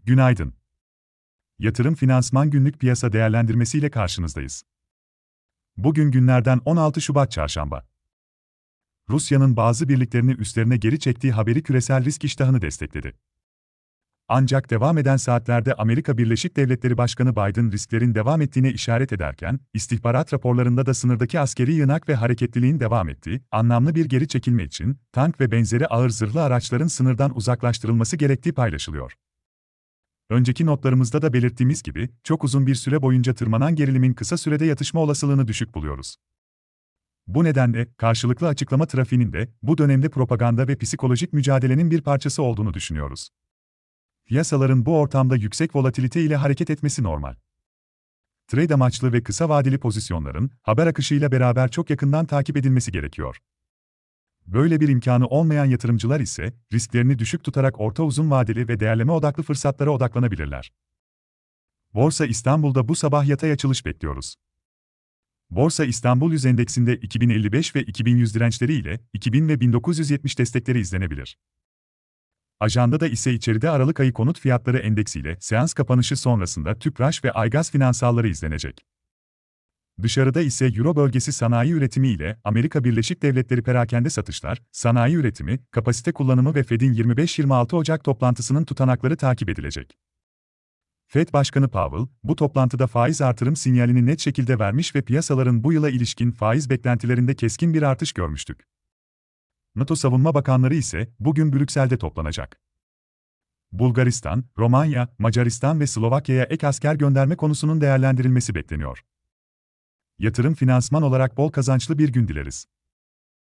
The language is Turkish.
Günaydın. Yatırım Finansman Günlük Piyasa Değerlendirmesi ile karşınızdayız. Bugün günlerden 16 Şubat Çarşamba. Rusya'nın bazı birliklerini üstlerine geri çektiği haberi küresel risk iştahını destekledi. Ancak devam eden saatlerde Amerika Birleşik Devletleri Başkanı Biden risklerin devam ettiğine işaret ederken, istihbarat raporlarında da sınırdaki askeri yığınak ve hareketliliğin devam ettiği, anlamlı bir geri çekilme için, tank ve benzeri ağır zırhlı araçların sınırdan uzaklaştırılması gerektiği paylaşılıyor. Önceki notlarımızda da belirttiğimiz gibi, çok uzun bir süre boyunca tırmanan gerilimin kısa sürede yatışma olasılığını düşük buluyoruz. Bu nedenle, karşılıklı açıklama trafiğinin de, bu dönemde propaganda ve psikolojik mücadelenin bir parçası olduğunu düşünüyoruz. Piyasaların bu ortamda yüksek volatilite ile hareket etmesi normal. Trade amaçlı ve kısa vadeli pozisyonların, haber akışıyla beraber çok yakından takip edilmesi gerekiyor. Böyle bir imkanı olmayan yatırımcılar ise, risklerini düşük tutarak orta uzun vadeli ve değerleme odaklı fırsatlara odaklanabilirler. Borsa İstanbul'da bu sabah yatay açılış bekliyoruz. Borsa İstanbul Yüz Endeksinde 2055 ve 2100 dirençleri ile 2000 ve 1970 destekleri izlenebilir. Ajandada ise içeride Aralık ayı konut fiyatları endeksiyle seans kapanışı sonrasında Tüpraş ve Aygaz finansalları izlenecek. Dışarıda ise Euro bölgesi sanayi üretimi ile Amerika Birleşik Devletleri perakende satışlar, sanayi üretimi, kapasite kullanımı ve Fed'in 25-26 Ocak toplantısının tutanakları takip edilecek. Fed Başkanı Powell, bu toplantıda faiz artırım sinyalini net şekilde vermiş ve piyasaların bu yıla ilişkin faiz beklentilerinde keskin bir artış görmüştük. NATO Savunma Bakanları ise bugün Brüksel'de toplanacak. Bulgaristan, Romanya, Macaristan ve Slovakya'ya ek asker gönderme konusunun değerlendirilmesi bekleniyor. Yatırım finansman olarak bol kazançlı bir gün dileriz.